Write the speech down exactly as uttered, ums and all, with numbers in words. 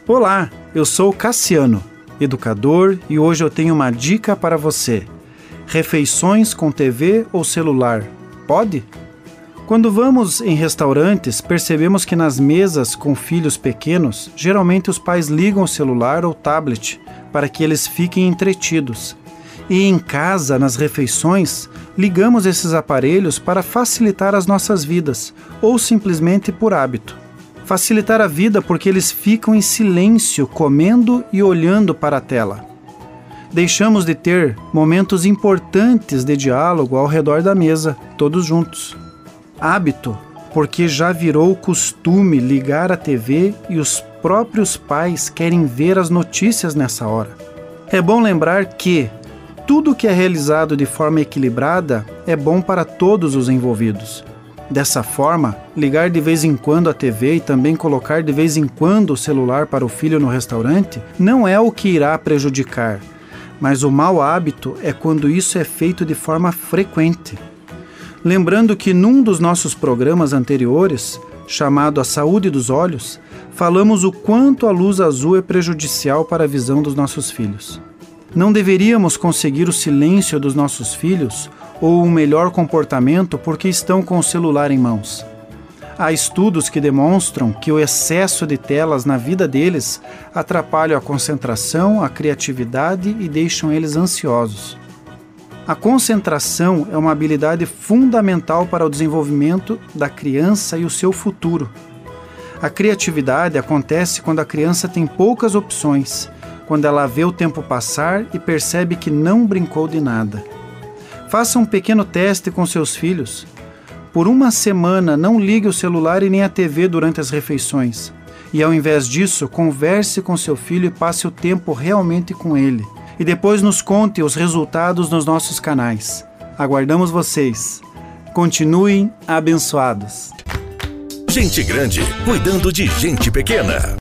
Olá, eu sou Cassiano, educador, e hoje eu tenho uma dica para você. Refeições com T V ou celular, pode? Quando vamos em restaurantes, percebemos que nas mesas com filhos pequenos, geralmente os pais ligam o celular ou tablet para que eles fiquem entretidos. E em casa, nas refeições, ligamos esses aparelhos para facilitar as nossas vidas, ou simplesmente por hábito. Facilitar a vida porque eles ficam em silêncio, comendo e olhando para a tela. Deixamos de ter momentos importantes de diálogo ao redor da mesa, todos juntos. Hábito, porque já virou costume ligar a T V e os próprios pais querem ver as notícias nessa hora. É bom lembrar que tudo que é realizado de forma equilibrada é bom para todos os envolvidos. Dessa forma, ligar de vez em quando a T V e também colocar de vez em quando o celular para o filho no restaurante não é o que irá prejudicar, mas o mau hábito é quando isso é feito de forma frequente. Lembrando que num dos nossos programas anteriores, chamado A Saúde dos Olhos, falamos o quanto a luz azul é prejudicial para a visão dos nossos filhos. Não deveríamos conseguir o silêncio dos nossos filhos ou um melhor comportamento porque estão com o celular em mãos. Há estudos que demonstram que o excesso de telas na vida deles atrapalha a concentração, a criatividade e deixam eles ansiosos. A concentração é uma habilidade fundamental para o desenvolvimento da criança e o seu futuro. A criatividade acontece quando a criança tem poucas opções, quando ela vê o tempo passar e percebe que não brincou de nada. Faça um pequeno teste com seus filhos. Por uma semana, não ligue o celular e nem a T V durante as refeições. E ao invés disso, converse com seu filho e passe o tempo realmente com ele. E depois nos conte os resultados nos nossos canais. Aguardamos vocês. Continuem abençoados. Gente grande cuidando de gente pequena.